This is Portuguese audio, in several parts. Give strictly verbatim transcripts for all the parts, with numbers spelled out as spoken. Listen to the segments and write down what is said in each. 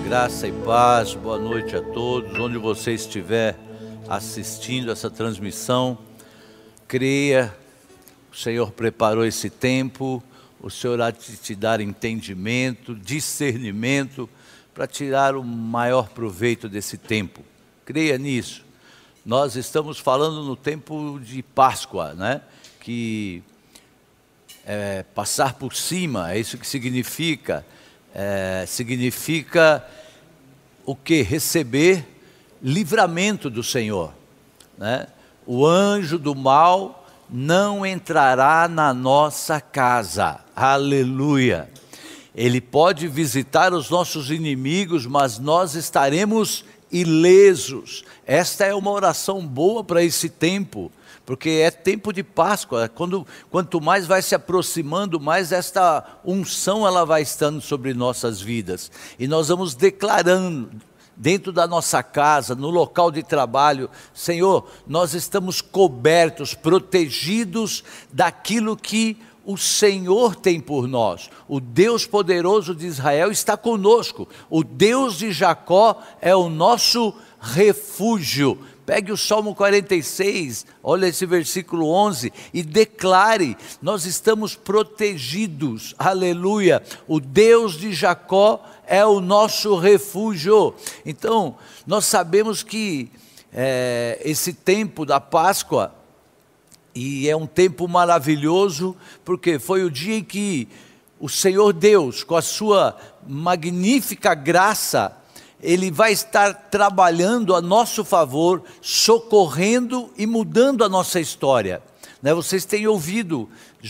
Graça e paz, boa noite a todos, onde você estiver assistindo essa transmissão, creia, o Senhor preparou esse tempo, o Senhor há de te dar entendimento, discernimento, para tirar o maior proveito desse tempo, creia nisso. Nós estamos falando no tempo de Páscoa, né? Que é, passar por cima, é isso que significa, é, significa o que? Receber livramento do Senhor, né? O anjo do mal não entrará na nossa casa, aleluia. Ele pode visitar os nossos inimigos, mas nós estaremos ilesos. Esta é uma oração boa para esse tempo, porque é tempo de Páscoa. Quando, quanto mais vai se aproximando, mais esta unção ela vai estando sobre nossas vidas, e nós vamos declarando, dentro da nossa casa, no local de trabalho: Senhor, nós estamos cobertos, protegidos daquilo que o Senhor tem por nós. O Deus poderoso de Israel está conosco, o Deus de Jacó é o nosso refúgio. Pegue o Salmo quarenta e seis, olha esse versículo onze, e declare: nós estamos protegidos, aleluia, o Deus de Jacó é o nosso refúgio. Então, nós sabemos que é, esse tempo da Páscoa, e é um tempo maravilhoso, porque foi o dia em que o Senhor Deus, com a sua magnífica graça, Ele vai estar trabalhando a nosso favor, socorrendo e mudando a nossa história. Né? Vocês têm ouvido,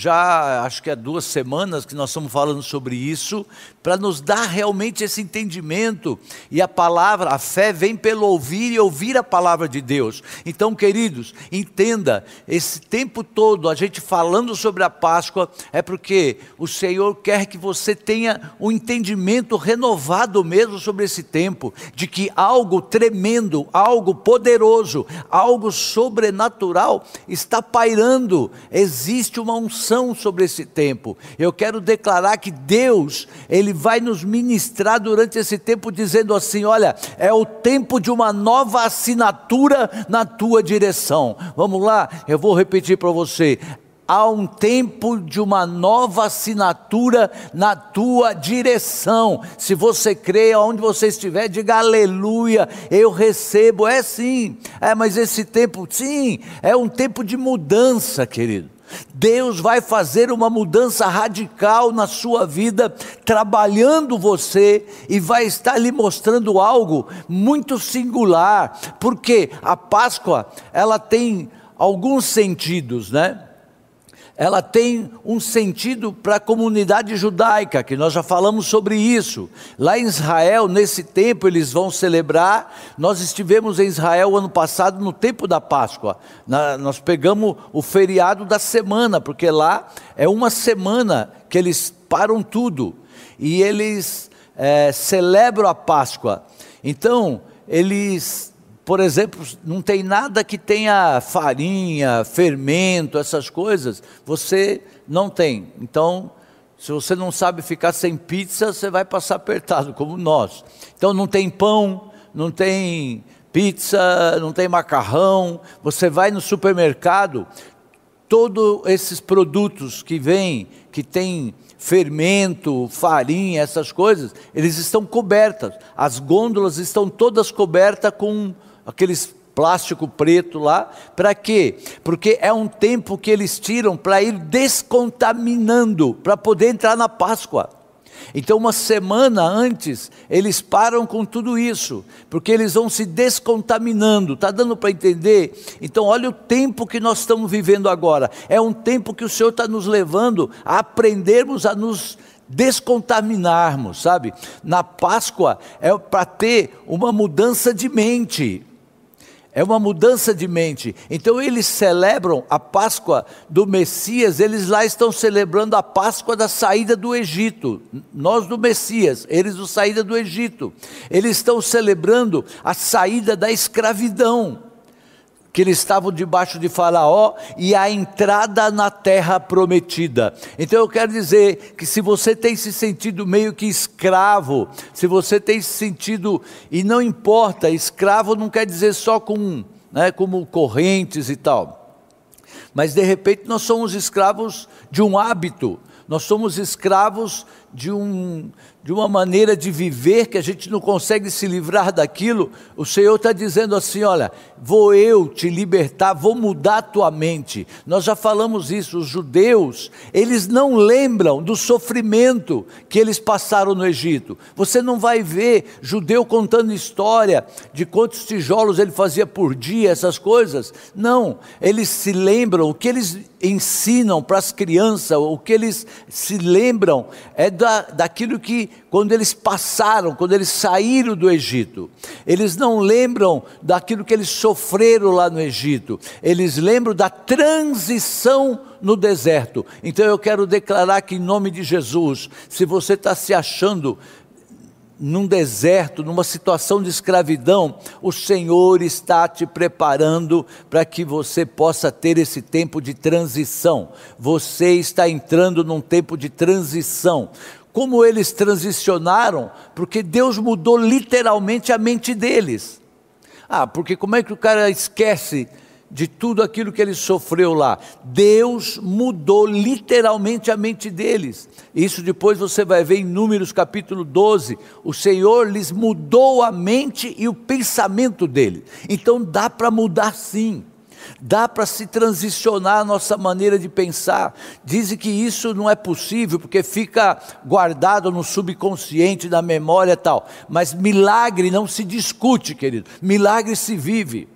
já acho que há duas semanas que nós estamos falando sobre isso, para nos dar realmente esse entendimento, e a palavra, a fé vem pelo ouvir e ouvir a palavra de Deus. Então, queridos, entenda, esse tempo todo a gente falando sobre a Páscoa, é porque o Senhor quer que você tenha um entendimento renovado mesmo sobre esse tempo, de que algo tremendo, algo poderoso, algo sobrenatural está pairando, existe uma unção sobre esse tempo. Eu quero declarar que Deus, Ele vai nos ministrar durante esse tempo, dizendo assim: olha, é o tempo de uma nova assinatura na tua direção. Vamos lá, eu vou repetir para você: há um tempo de uma nova assinatura na tua direção. Se você crê, aonde você estiver, diga aleluia, eu recebo. É sim, é, mas esse tempo, sim, é um tempo de mudança, querido. Deus vai fazer uma mudança radical na sua vida, trabalhando você, e vai estar lhe mostrando algo muito singular, porque a Páscoa, ela tem alguns sentidos, né? Ela tem um sentido para a comunidade judaica, que nós já falamos sobre isso. Lá em Israel, nesse tempo, eles vão celebrar. Nós estivemos em Israel ano passado, no tempo da Páscoa. Na, nós pegamos o feriado da semana, porque lá é uma semana que eles param tudo, e eles é, celebram a Páscoa. Então, eles... Por exemplo, não tem nada que tenha farinha, fermento, essas coisas, você não tem. Então, se você não sabe ficar sem pizza, você vai passar apertado, como nós. Então, não tem pão, não tem pizza, não tem macarrão. Você vai no supermercado, todos esses produtos que vêm, que tem fermento, farinha, essas coisas, eles estão cobertas. As gôndolas estão todas cobertas com aqueles plástico preto lá. Para quê? Porque é um tempo que eles tiram para ir descontaminando, para poder entrar na Páscoa. Então, uma semana antes, eles param com tudo isso, porque eles vão se descontaminando. Está dando para entender? Então, olha o tempo que nós estamos vivendo agora. É um tempo que o Senhor está nos levando a aprendermos a nos descontaminarmos, sabe? Na Páscoa é para ter uma mudança de mente. É uma mudança de mente. Então eles celebram a Páscoa do Messias, eles lá estão celebrando a Páscoa da saída do Egito. Nós do Messias, eles da saída do Egito. Eles estão celebrando a saída da escravidão. que eles estavam debaixo de Faraó e a entrada na terra prometida. Então eu quero dizer que se você tem se sentido meio que escravo, se você tem se sentido, e não importa, escravo não quer dizer só com, né, como correntes e tal, mas de repente nós somos escravos de um hábito, nós somos escravos de, um, de uma maneira de viver que a gente não consegue se livrar daquilo. O Senhor está dizendo assim, olha, vou eu te libertar, vou mudar a tua mente. Nós já falamos isso, os judeus, eles não lembram do sofrimento que eles passaram no Egito. Você não vai ver judeu contando história de quantos tijolos ele fazia por dia, essas coisas. Não, eles se lembram, o que eles ensinam para as crianças, o que eles se lembram é da, daquilo que, quando eles passaram, quando eles saíram do Egito, eles não lembram daquilo que eles sofreram lá no Egito, eles lembram da transição no deserto. Então eu quero declarar que em nome de Jesus, se você está se achando num deserto, numa situação de escravidão, o Senhor está te preparando para que você possa ter esse tempo de transição. Você está entrando num tempo de transição. Como eles transicionaram? Porque Deus mudou literalmente a mente deles. Ah, porque como é que o cara esquece de tudo aquilo que ele sofreu lá? Deus mudou literalmente a mente deles. Isso depois você vai ver em Números capítulo doze, o Senhor lhes mudou a mente e o pensamento deles. Então dá para mudar sim, dá para se transicionar a nossa maneira de pensar. Dizem que isso não é possível, porque fica guardado no subconsciente, na memória e tal, mas milagre não se discute, querido, milagre se vive.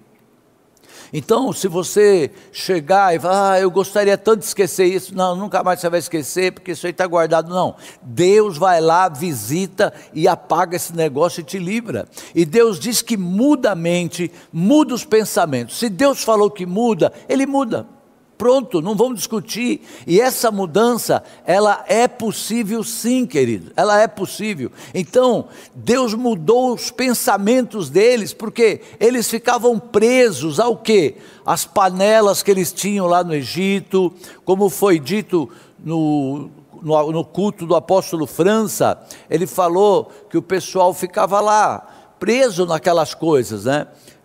Então, se você chegar e falar, ah, eu gostaria tanto de esquecer isso, não, nunca mais você vai esquecer, porque isso aí está guardado. Não, Deus vai lá, visita e apaga esse negócio e te livra. E Deus diz que muda a mente, muda os pensamentos. Se Deus falou que muda, Ele muda. Pronto, não vamos discutir. E essa mudança, ela é possível sim, querido, ela é possível. Então, Deus mudou os pensamentos deles, porque eles ficavam presos ao quê? As panelas que eles tinham lá no Egito, como foi dito no, no, no culto do apóstolo França, ele falou que o pessoal ficava lá, preso naquelas coisas, né?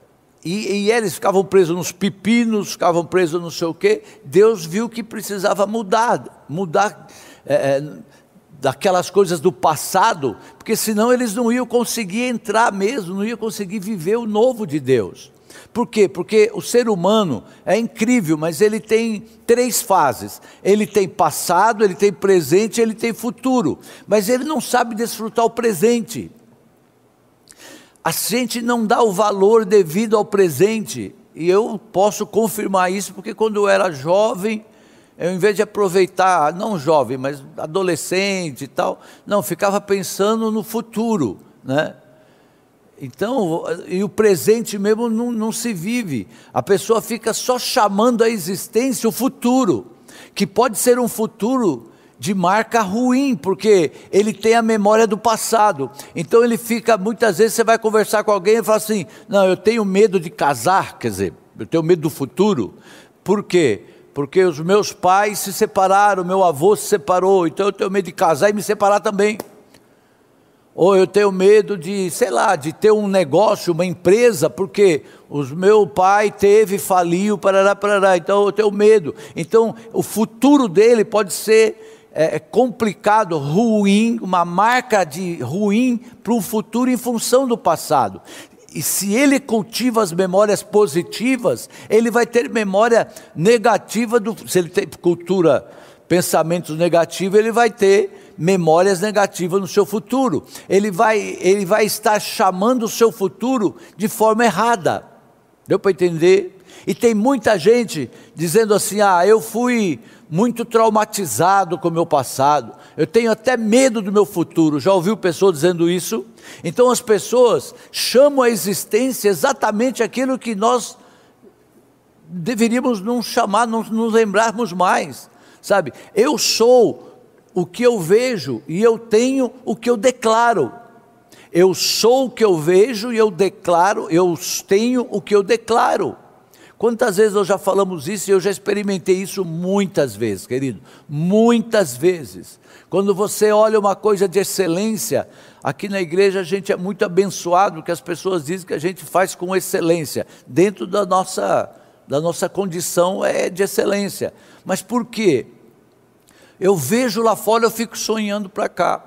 E, e eles ficavam presos nos pepinos, ficavam presos não sei o quê. Deus viu que precisava mudar, mudar é, é, daquelas coisas do passado, porque senão eles não iam conseguir entrar mesmo, não iam conseguir viver o novo de Deus. Por quê? Porque o ser humano é incrível, mas ele tem três fases. Ele tem passado, ele tem presente, ele tem futuro, mas ele não sabe desfrutar o presente. A gente não dá o valor devido ao presente, e eu posso confirmar isso, porque quando eu era jovem, eu, em vez de aproveitar, não jovem, mas adolescente e tal, não, ficava pensando no futuro, né? Então, e o presente mesmo não, não se vive, a pessoa fica só chamando a existência o futuro, que pode ser um futuro de marca ruim, porque ele tem a memória do passado. Então ele fica, muitas vezes você vai conversar com alguém e fala assim, não, eu tenho medo de casar, quer dizer, eu tenho medo do futuro. Por quê? Porque os meus pais se separaram, meu avô se separou, então eu tenho medo de casar e me separar também. Ou eu tenho medo de, sei lá, de ter um negócio, uma empresa, porque o meu pai teve, faliu, parará, parará, então eu tenho medo. Então o futuro dele pode ser É complicado, ruim, uma marca de ruim para um futuro em função do passado. E se ele cultiva as memórias positivas, ele vai ter memória negativa, do, se ele tem cultura, pensamentos negativos, ele vai ter memórias negativas no seu futuro. Ele vai, ele vai estar chamando o seu futuro de forma errada. Deu para entender? E tem muita gente dizendo assim, ah, eu fui muito traumatizado com o meu passado, eu tenho até medo do meu futuro. Já ouviu pessoa dizendo isso? Então as pessoas chamam a existência exatamente aquilo que nós deveríamos não chamar, não nos lembrarmos mais, sabe? Eu sou o que eu vejo e eu tenho o que eu declaro. Eu sou o que eu vejo e eu declaro, eu tenho o que eu declaro. Quantas vezes nós já falamos isso e eu já experimentei isso muitas vezes, querido, muitas vezes. Quando você olha uma coisa de excelência, aqui na igreja a gente é muito abençoado, porque as pessoas dizem que a gente faz com excelência, dentro da nossa, da nossa condição é de excelência. Mas por quê? Eu vejo lá fora, eu fico sonhando para cá.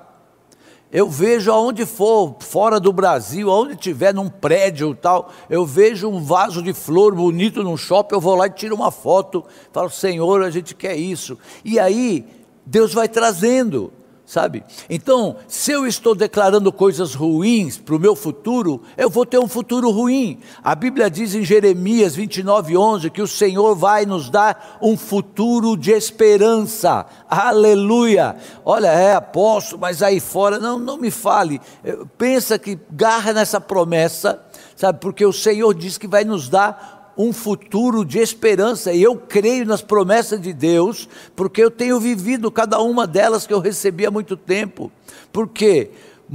Eu vejo aonde for, fora do Brasil, aonde tiver, num prédio e tal, eu vejo um vaso de flor bonito num shopping, eu vou lá e tiro uma foto, falo, Senhor, a gente quer isso. E aí, Deus vai trazendo, sabe? Então, se eu estou declarando coisas ruins para o meu futuro, eu vou ter um futuro ruim. A Bíblia diz em Jeremias vinte e nove, onze, que o Senhor vai nos dar um futuro de esperança, aleluia. Olha, é apóstolo, mas aí fora, não, não me fale, pensa que garra nessa promessa, sabe, porque o Senhor diz que vai nos dar um futuro de esperança, e eu creio nas promessas de Deus, porque eu tenho vivido cada uma delas que eu recebi há muito tempo, porque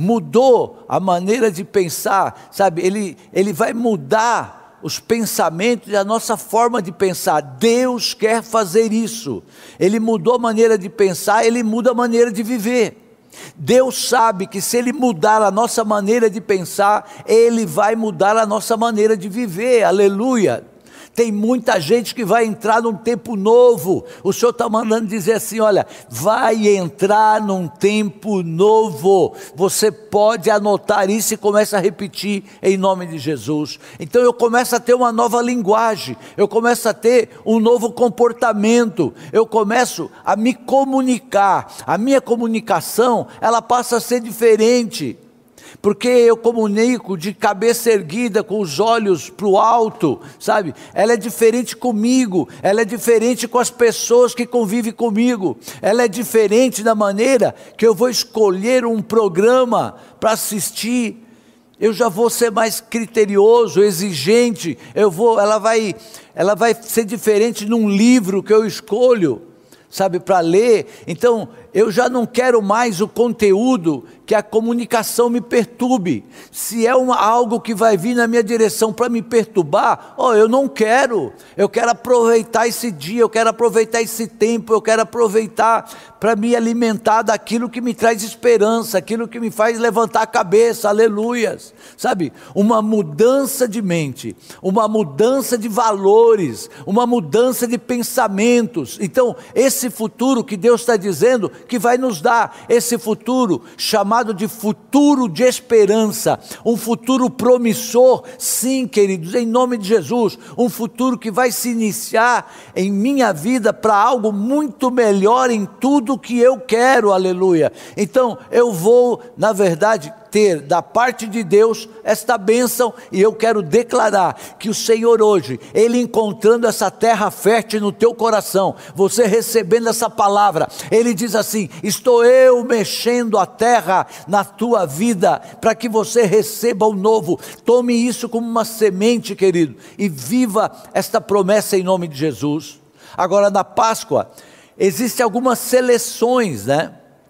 mudou a maneira de pensar, sabe, ele, ele vai mudar os pensamentos e a nossa forma de pensar. Deus quer fazer isso, Ele mudou a maneira de pensar, Ele muda a maneira de viver. Deus sabe que se Ele mudar a nossa maneira de pensar, Ele vai mudar a nossa maneira de viver, aleluia. Tem muita gente que vai entrar num tempo novo, o Senhor está mandando dizer assim, olha, vai entrar num tempo novo, você pode anotar isso e começa a repetir em nome de Jesus. Então eu começo a ter uma nova linguagem, eu começo a ter um novo comportamento, eu começo a me comunicar, a minha comunicação, ela passa a ser diferente, porque eu comunico de cabeça erguida, com os olhos para o alto, sabe, ela é diferente comigo, ela é diferente com as pessoas que convivem comigo, ela é diferente da maneira que eu vou escolher um programa para assistir, eu já vou ser mais criterioso, exigente, eu vou, ela vai, ela vai ser diferente num livro que eu escolho, sabe, para ler. Então eu já não quero mais o conteúdo que a comunicação me perturbe. Se é uma, algo que vai vir na minha direção para me perturbar, oh, eu não quero, eu quero aproveitar esse dia, eu quero aproveitar esse tempo, eu quero aproveitar para me alimentar daquilo que me traz esperança, aquilo que me faz levantar a cabeça, aleluias, sabe, uma mudança de mente, uma mudança de valores, uma mudança de pensamentos. Então esse futuro que Deus está dizendo, que vai nos dar esse futuro, chamado de futuro de esperança, um futuro promissor, sim queridos, em nome de Jesus, um futuro que vai se iniciar em minha vida, para algo muito melhor em tudo que eu quero, aleluia. Então eu vou, na verdade, ter da parte de Deus esta bênção, e eu quero declarar que o Senhor hoje, Ele encontrando essa terra fértil no teu coração, você recebendo essa palavra, Ele diz assim, estou eu mexendo a terra na tua vida, para que você receba o novo. Tome isso como uma semente, querido, e viva esta promessa em nome de Jesus. Agora, na Páscoa, existem algumas seleções, né?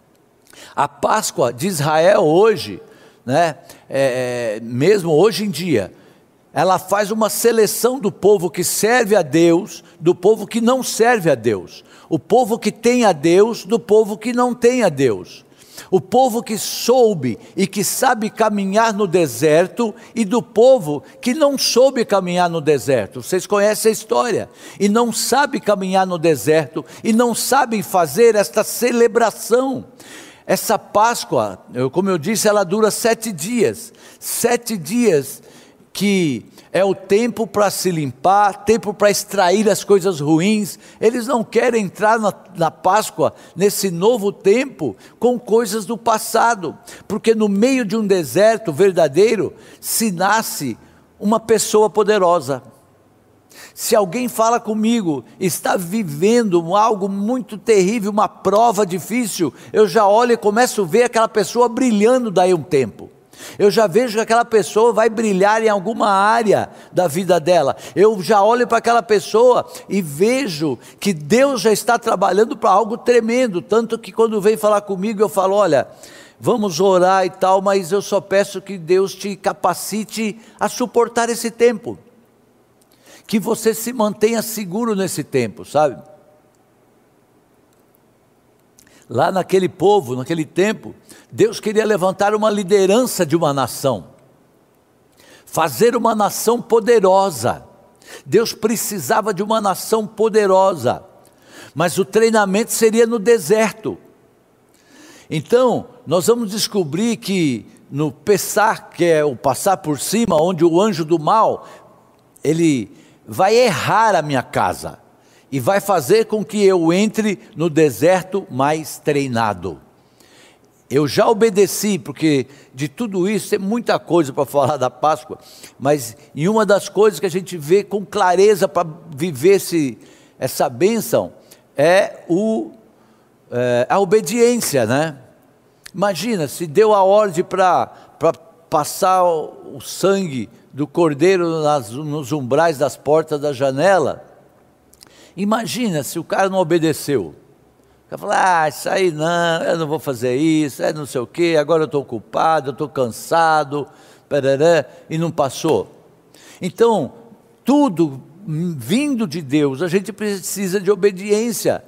A Páscoa de Israel hoje, né, é, mesmo hoje em dia, ela faz uma seleção do povo que serve a Deus, do povo que não serve a Deus, o povo que tem a Deus, do povo que não tem a Deus, o povo que soube e que sabe caminhar no deserto, e do povo que não soube caminhar no deserto. Vocês conhecem a história, e não sabe caminhar no deserto, e não sabem fazer esta celebração. Essa Páscoa, eu, como eu disse, ela dura sete dias, sete dias que é o tempo para se limpar, tempo para extrair as coisas ruins. Eles não querem entrar na, na Páscoa, nesse novo tempo, com coisas do passado, porque no meio de um deserto verdadeiro, se nasce uma pessoa poderosa. Se alguém fala comigo, está vivendo algo muito terrível, uma prova difícil, eu já olho e começo a ver aquela pessoa brilhando daí um tempo. Eu já vejo que aquela pessoa vai brilhar em alguma área da vida dela. Eu já olho para aquela pessoa e vejo que Deus já está trabalhando para algo tremendo. Tanto que quando vem falar comigo, eu falo, olha, vamos orar e tal, mas eu só peço que Deus te capacite a suportar esse tempo. que você se mantenha seguro nesse tempo, sabe? Lá naquele povo, naquele tempo, Deus queria levantar uma liderança de uma nação, fazer uma nação poderosa. Deus precisava de uma nação poderosa, mas o treinamento seria no deserto. Então, nós vamos descobrir que no Pessar, que é o passar por cima, onde o anjo do mal, ele vai errar a minha casa, e vai fazer com que eu entre no deserto mais treinado. Eu já obedeci, porque de tudo isso tem muita coisa para falar da Páscoa, mas em uma das coisas que a gente vê com clareza para viver esse, essa bênção, é, o, é a obediência, né? Imagina, se deu a ordem para passar o, o sangue do cordeiro nas, nos umbrais das portas da janela. Imagina se o cara não obedeceu. O cara fala, ah, isso aí não, eu não vou fazer isso, é não sei o quê, agora eu estou ocupado, eu estou cansado, parará, e não passou. Então, tudo vindo de Deus, a gente precisa de obediência.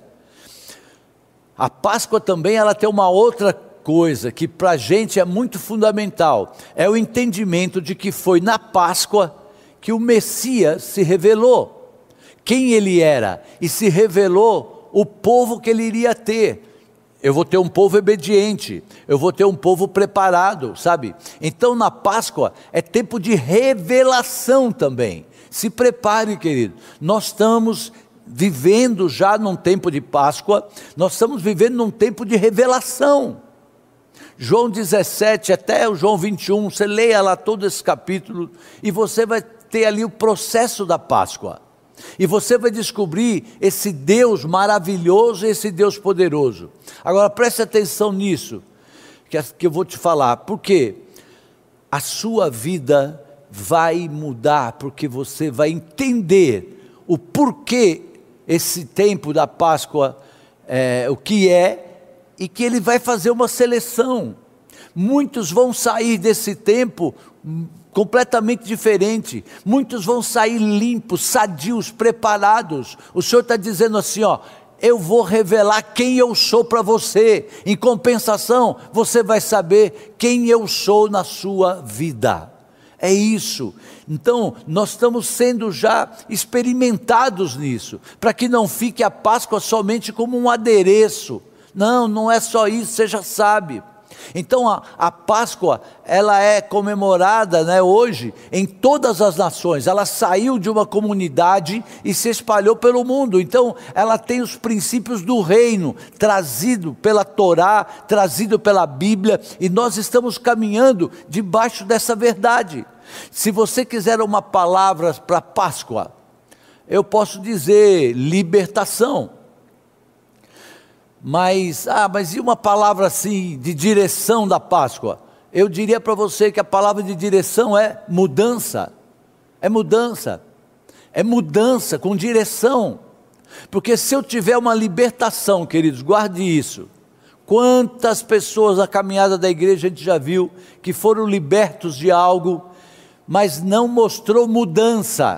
A Páscoa também, ela tem uma outra coisa que para a gente é muito fundamental, é o entendimento de que foi na Páscoa que o Messias se revelou, quem ele era, e se revelou o povo que ele iria ter. Eu vou ter um povo obediente, eu vou ter um povo preparado, sabe? Então na Páscoa é tempo de revelação também. Se prepare, querido, nós estamos vivendo já num tempo de Páscoa, nós estamos vivendo num tempo de revelação. João dezessete até o João vinte e um, você leia lá todo esse capítulo, e você vai ter ali o processo da Páscoa, e você vai descobrir esse Deus maravilhoso, esse Deus poderoso. Agora preste atenção nisso, que, que eu vou te falar, porque a sua vida vai mudar, porque você vai entender o porquê esse tempo da Páscoa, é, o que é, e que ele vai fazer uma seleção. Muitos vão sair desse tempo completamente diferente, muitos vão sair limpos, sadios, preparados. O Senhor está dizendo assim, ó, eu vou revelar quem eu sou para você, em compensação, você vai saber quem eu sou na sua vida. É isso. Então nós estamos sendo já experimentados nisso, para que não fique a Páscoa somente como um adereço. Não, não é só isso, você já sabe. Então a, a Páscoa, ela é comemorada, né, hoje em todas as nações. Ela saiu de uma comunidade e se espalhou pelo mundo. Então ela tem os princípios do reino, trazido pela Torá, trazido pela Bíblia, e nós estamos caminhando debaixo dessa verdade. Se você quiser uma palavra para Páscoa, eu posso dizer libertação. Mas, ah, mas e uma palavra assim, de direção da Páscoa? Eu diria para você que a palavra de direção é mudança, é mudança, é mudança com direção, porque se eu tiver uma libertação, queridos, guarde isso, quantas pessoas na caminhada da igreja a gente já viu, que foram libertos de algo, mas não mostrou mudança.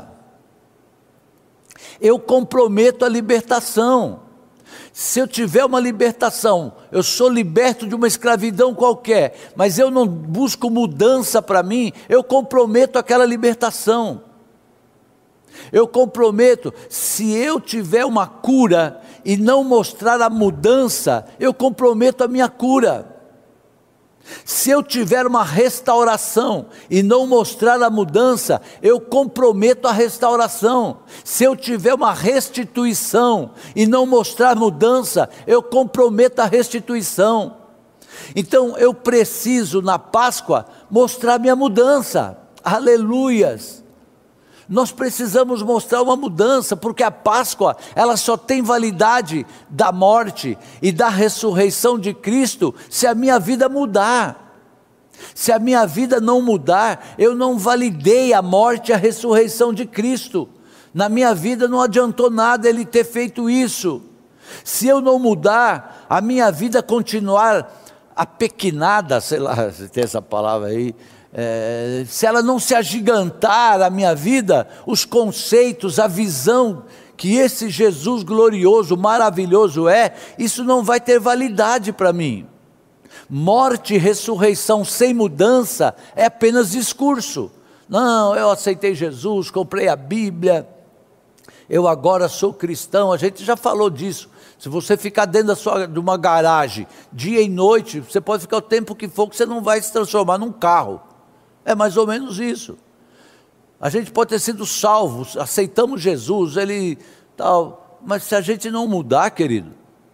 Eu comprometo a libertação. Se eu tiver uma libertação, eu sou liberto de uma escravidão qualquer, mas eu não busco mudança para mim, eu comprometo aquela libertação. Eu comprometo, se eu tiver uma cura e não mostrar a mudança, eu comprometo a minha cura. Se eu tiver uma restauração e não mostrar a mudança, eu comprometo a restauração. Se eu tiver uma restituição e não mostrar mudança, eu comprometo a restituição. Então eu preciso na Páscoa mostrar minha mudança. Aleluias! Nós precisamos mostrar uma mudança, porque a Páscoa, ela só tem validade da morte e da ressurreição de Cristo, se a minha vida mudar. Se a minha vida não mudar, eu não validei a morte e a ressurreição de Cristo. Na minha vida não adiantou nada Ele ter feito isso. Se eu não mudar, a minha vida continuar apequenada, sei lá se tem essa palavra aí, é, se ela não se agigantar a minha vida, os conceitos, a visão que esse Jesus glorioso, maravilhoso é, isso não vai ter validade para mim. Morte e ressurreição sem mudança é apenas discurso. Não, eu aceitei Jesus, comprei a Bíblia, eu agora sou cristão. A gente já falou disso. Se você ficar dentro da sua, de uma garagem, dia e noite, você pode ficar o tempo que for, que você não vai se transformar num carro. É mais ou menos isso. A gente pode ter sido salvos, aceitamos Jesus, Ele tal, mas se a gente não mudar, querido,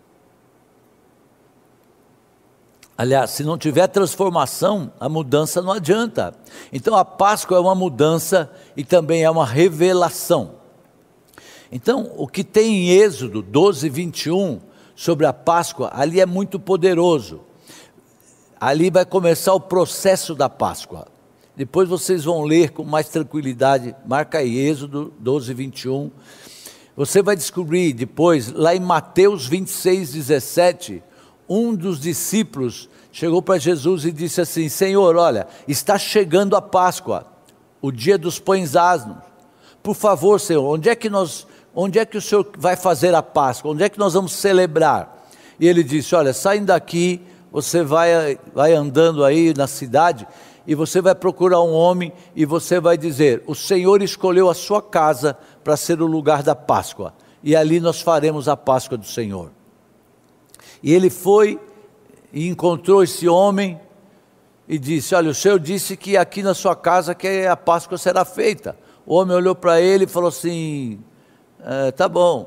aliás, se não tiver transformação, a mudança não adianta. Então a Páscoa é uma mudança e também é uma revelação. Então o que tem em Êxodo doze, vinte e um, sobre a Páscoa, ali é muito poderoso. Ali vai começar o processo da Páscoa. Depois vocês vão ler com mais tranquilidade, marca aí Êxodo doze, vinte e um. Você vai descobrir depois, lá em Mateus vinte e seis, dezessete, um dos discípulos chegou para Jesus e disse assim: Senhor, olha, está chegando a Páscoa, o dia dos pães asmos. Por favor, Senhor, onde é que nós, onde é que o Senhor vai fazer a Páscoa? Onde é que nós vamos celebrar? E ele disse: olha, saindo daqui, você vai, vai andando aí na cidade, e você vai procurar um homem, e você vai dizer: o Senhor escolheu a sua casa para ser o lugar da Páscoa, e ali nós faremos a Páscoa do Senhor. E ele foi e encontrou esse homem, e disse: olha, o Senhor disse que aqui na sua casa que a Páscoa será feita. O homem olhou para ele e falou assim: é, tá bom,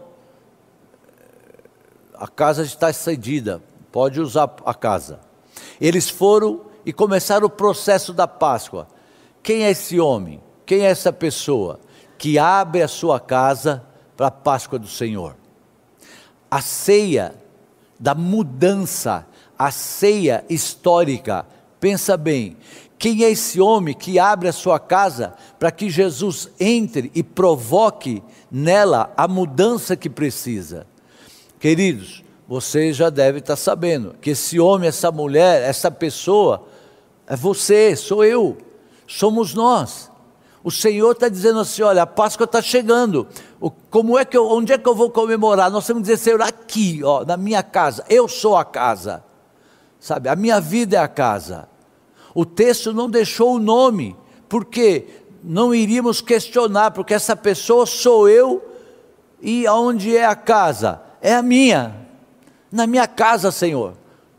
a casa está cedida, pode usar a casa. Eles foram e começaram o processo da Páscoa. Quem é esse homem? Quem é essa pessoa que abre a sua casa para a Páscoa do Senhor? A ceia da mudança, a ceia histórica. Pensa bem, quem é esse homem que abre a sua casa para que Jesus entre e provoque nela a mudança que precisa? Queridos, você já deve estar sabendo que esse homem, essa mulher, essa pessoa é você, sou eu, somos nós. O Senhor está dizendo assim: olha, a Páscoa está chegando, como é que eu, onde é que eu vou comemorar? Nós temos que dizer: Senhor, aqui, ó, na minha casa, eu sou a casa, sabe, a minha vida é a casa. O texto não deixou o nome, porque não iríamos questionar, porque essa pessoa sou eu, e aonde é a casa? É a minha, na minha casa, Senhor,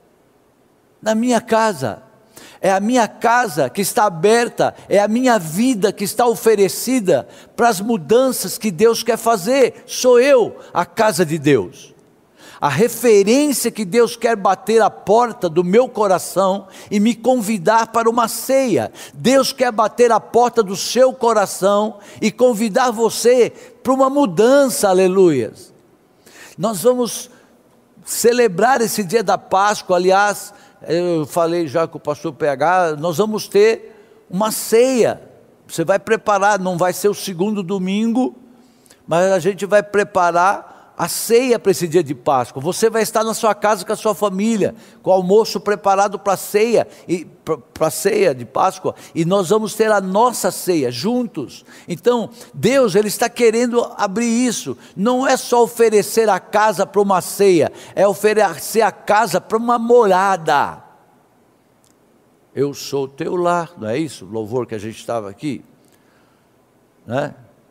na minha casa. É a minha casa que está aberta, é a minha vida que está oferecida para as mudanças que Deus quer fazer. Sou eu a casa de Deus. A referência que Deus quer bater a porta do meu coração e me convidar para uma ceia. Deus quer bater a porta do seu coração e convidar você para uma mudança, aleluias. Nós vamos celebrar esse dia da Páscoa, aliás, eu falei já com o pastor P H, nós vamos ter uma ceia. Você vai preparar, não vai ser o segundo domingo, mas a gente vai preparar a ceia para esse dia de Páscoa. Você vai estar na sua casa com a sua família, com o almoço preparado para a ceia, e para a ceia de Páscoa, e nós vamos ter a nossa ceia juntos. Então Deus, Ele está querendo abrir isso. Não é só oferecer a casa para uma ceia, é oferecer a casa para uma morada. Eu sou o teu lar, não é isso? O louvor que a gente estava aqui, né?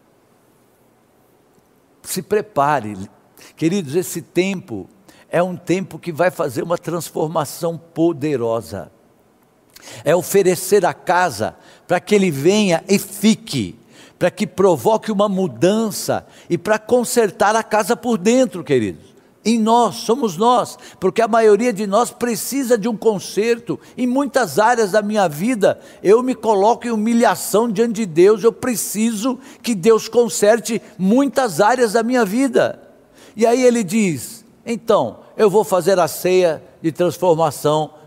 Se prepare, queridos, esse tempo é um tempo que vai fazer uma transformação poderosa. É oferecer a casa para que Ele venha e fique, para que provoque uma mudança e para consertar a casa por dentro, queridos. Em nós, somos nós, porque a maioria de nós precisa de um conserto. Em muitas áreas da minha vida, eu me coloco em humilhação diante de Deus, eu preciso que Deus conserte muitas áreas da minha vida. E aí Ele diz: então, eu vou fazer a ceia de transformação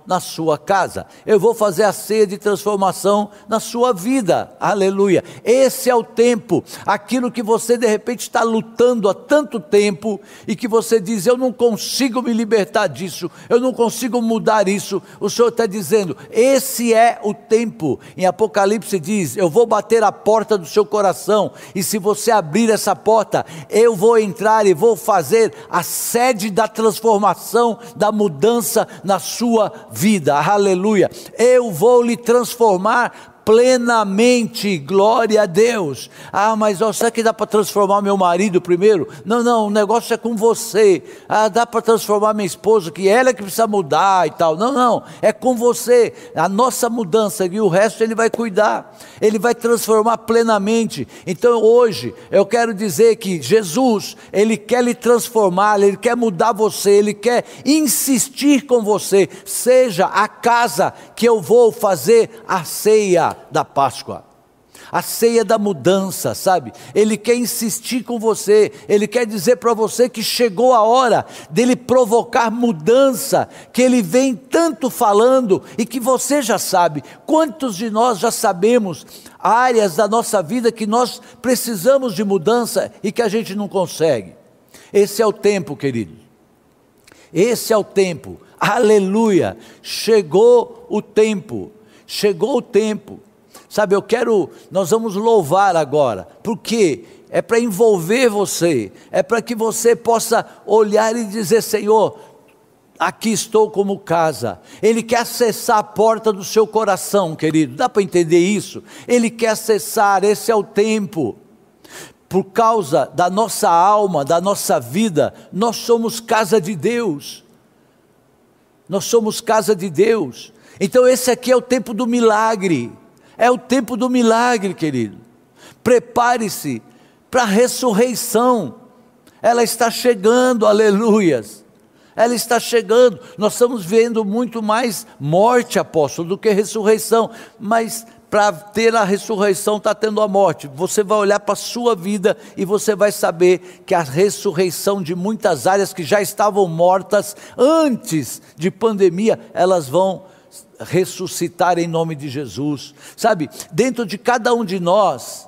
na sua casa, eu vou fazer a ceia de transformação na sua vida, aleluia. Esse é o tempo, aquilo que você de repente está lutando há tanto tempo, e que você diz, eu não consigo me libertar disso, eu não consigo mudar isso, o Senhor está dizendo, esse é o tempo. Em Apocalipse diz, eu vou bater a porta do seu coração, e se você abrir essa porta, eu vou entrar e vou fazer a sede da transformação, da mudança na sua vida, aleluia. Eu vou lhe transformar plenamente, glória a Deus. Ah, mas ó, será que dá para transformar meu marido primeiro? Não, não, o negócio é com você. Ah, dá para transformar minha esposa, que ela é que precisa mudar e tal. Não, não, é com você, a nossa mudança, e o resto Ele vai cuidar, Ele vai transformar plenamente. Então hoje, eu quero dizer que Jesus, Ele quer lhe transformar, Ele quer mudar você, Ele quer insistir com você, seja a casa que eu vou fazer a ceia da Páscoa, a ceia da mudança, sabe? Ele quer insistir com você, Ele quer dizer para você que chegou a hora dele provocar mudança, que Ele vem tanto falando, e que você já sabe. Quantos de nós já sabemos áreas da nossa vida que nós precisamos de mudança, e que a gente não consegue? Esse é o tempo, querido, esse é o tempo, aleluia, chegou o tempo, chegou o tempo. Sabe, eu quero, nós vamos louvar agora, porque é para envolver você, é para que você possa olhar e dizer, Senhor, aqui estou como casa. Ele quer acessar a porta do seu coração, querido, dá para entender isso? Ele quer acessar, esse é o tempo. Por causa da nossa alma, da nossa vida, nós somos casa de Deus, nós somos casa de Deus. Então esse aqui é o tempo do milagre, é o tempo do milagre, querido. Prepare-se para a ressurreição, ela está chegando, aleluias, ela está chegando. Nós estamos vendo muito mais morte, apóstolo, do que ressurreição, mas para ter a ressurreição está tendo a morte. Você vai olhar para a sua vida e você vai saber que a ressurreição de muitas áreas que já estavam mortas antes de pandemia, elas vão ressuscitar em nome de Jesus. Sabe, dentro de cada um de nós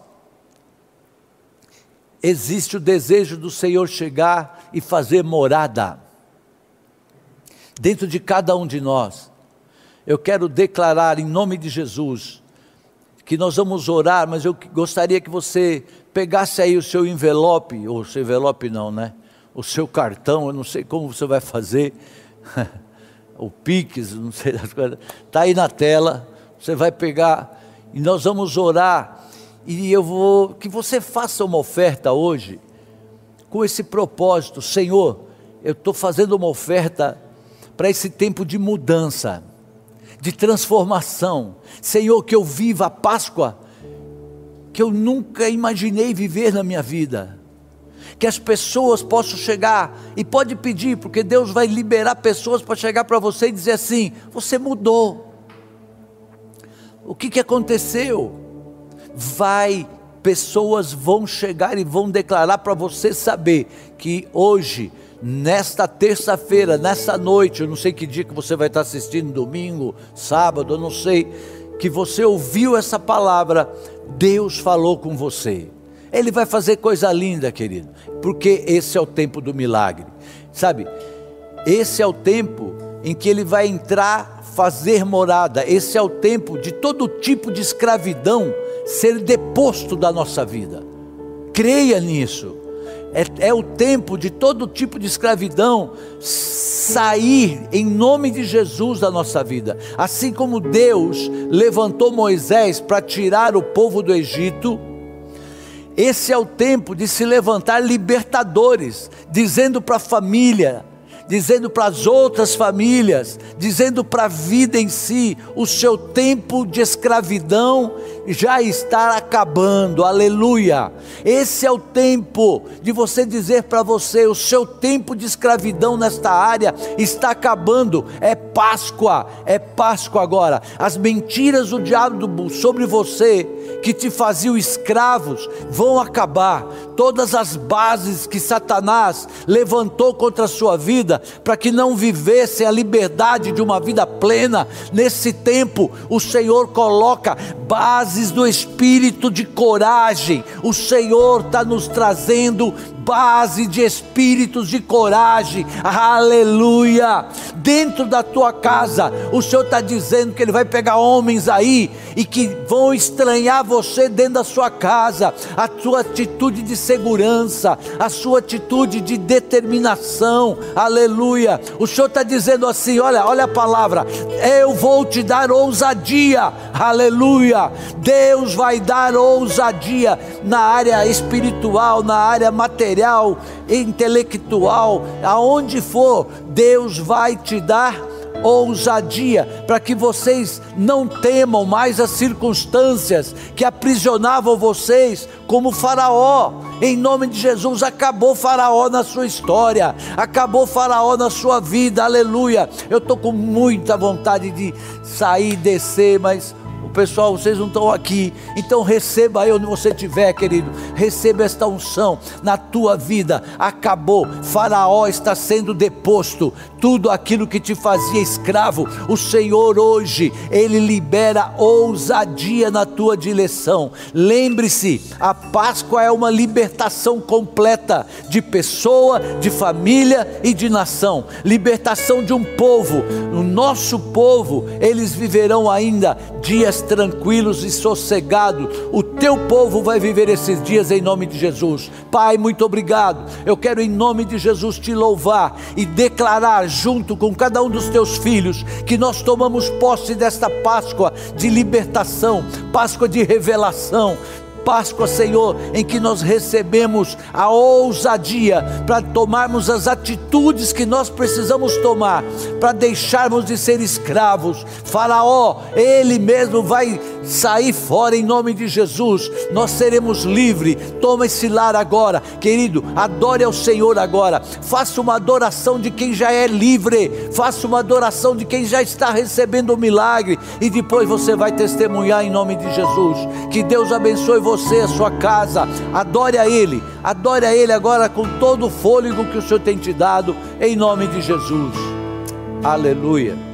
existe o desejo do Senhor chegar e fazer morada. Dentro de cada um de nós, eu quero declarar em nome de Jesus, que nós vamos orar, mas eu gostaria que você pegasse aí o seu envelope, ou o seu envelope não, né? O seu cartão, eu não sei como você vai fazer, o Pix, não sei das coisas, está aí na tela, você vai pegar, e nós vamos orar, e eu vou, que você faça uma oferta hoje, com esse propósito, Senhor, eu estou fazendo uma oferta, para esse tempo de mudança, de transformação, Senhor, que eu viva a Páscoa, que eu nunca imaginei viver na minha vida, que as pessoas possam chegar, e pode pedir, porque Deus vai liberar pessoas para chegar para você e dizer assim, você mudou, o que que aconteceu? Vai, pessoas vão chegar e vão declarar para você saber, que hoje, nesta terça-feira, nessa noite, eu não sei que dia que você vai estar assistindo, domingo, sábado, eu não sei, que você ouviu essa palavra, Deus falou com você, Ele vai fazer coisa linda, querido, porque esse é o tempo do milagre, sabe, esse é o tempo em que Ele vai entrar, fazer morada, esse é o tempo de todo tipo de escravidão ser deposto da nossa vida, creia nisso, é, é o tempo de todo tipo de escravidão sair em nome de Jesus da nossa vida, assim como Deus levantou Moisés para tirar o povo do Egito, esse é o tempo de se levantar libertadores, dizendo para a família, dizendo para as outras famílias, dizendo para a vida em si, o seu tempo de escravidão já está acabando, aleluia. Esse é o tempo de você dizer para você: o seu tempo de escravidão nesta área está acabando. É Páscoa, é Páscoa agora. As mentiras do diabo sobre você, que te faziam escravos, vão acabar. Todas as bases que Satanás levantou contra a sua vida, para que não vivesse a liberdade de uma vida plena, nesse tempo o Senhor coloca bases do espírito de coragem. O Senhor está nos trazendo base de espíritos de coragem, aleluia. Dentro da tua casa, o Senhor está dizendo que Ele vai pegar homens aí, e que vão estranhar você dentro da sua casa, a sua atitude de segurança, a sua atitude de determinação, aleluia. O Senhor está dizendo assim, olha, olha a palavra: eu vou te dar ousadia, aleluia. Deus vai dar ousadia na área espiritual, na área material, intelectual, aonde for, Deus vai te dar ousadia, para que vocês não temam mais as circunstâncias que aprisionavam vocês, como Faraó. Em nome de Jesus, acabou Faraó na sua história, acabou Faraó na sua vida, aleluia. Eu estou com muita vontade de sair e descer, mas pessoal, vocês não estão aqui, então receba aí onde você estiver, querido, receba esta unção na tua vida. Acabou, Faraó está sendo deposto, tudo aquilo que te fazia escravo, o Senhor hoje, Ele libera ousadia na tua direção. Lembre-se, a Páscoa é uma libertação completa de pessoa, de família e de nação, libertação de um povo. No nosso povo, eles viverão ainda dias tranquilos e sossegados. O teu povo vai viver esses dias em nome de Jesus. Pai, muito obrigado. Eu quero em nome de Jesus te louvar e declarar junto com cada um dos teus filhos que nós tomamos posse desta Páscoa de libertação, Páscoa de revelação, Páscoa, Senhor, em que nós recebemos a ousadia para tomarmos as atitudes que nós precisamos tomar, para deixarmos de ser escravos. Faraó, ele mesmo vai sair fora em nome de Jesus, nós seremos livres. Toma esse lar agora, querido, adore ao Senhor agora, faça uma adoração de quem já é livre, faça uma adoração de quem já está recebendo o milagre, e depois você vai testemunhar em nome de Jesus. Que Deus abençoe você, a sua casa. Adore a Ele, adore a Ele agora com todo o fôlego que o Senhor tem te dado, em nome de Jesus, aleluia.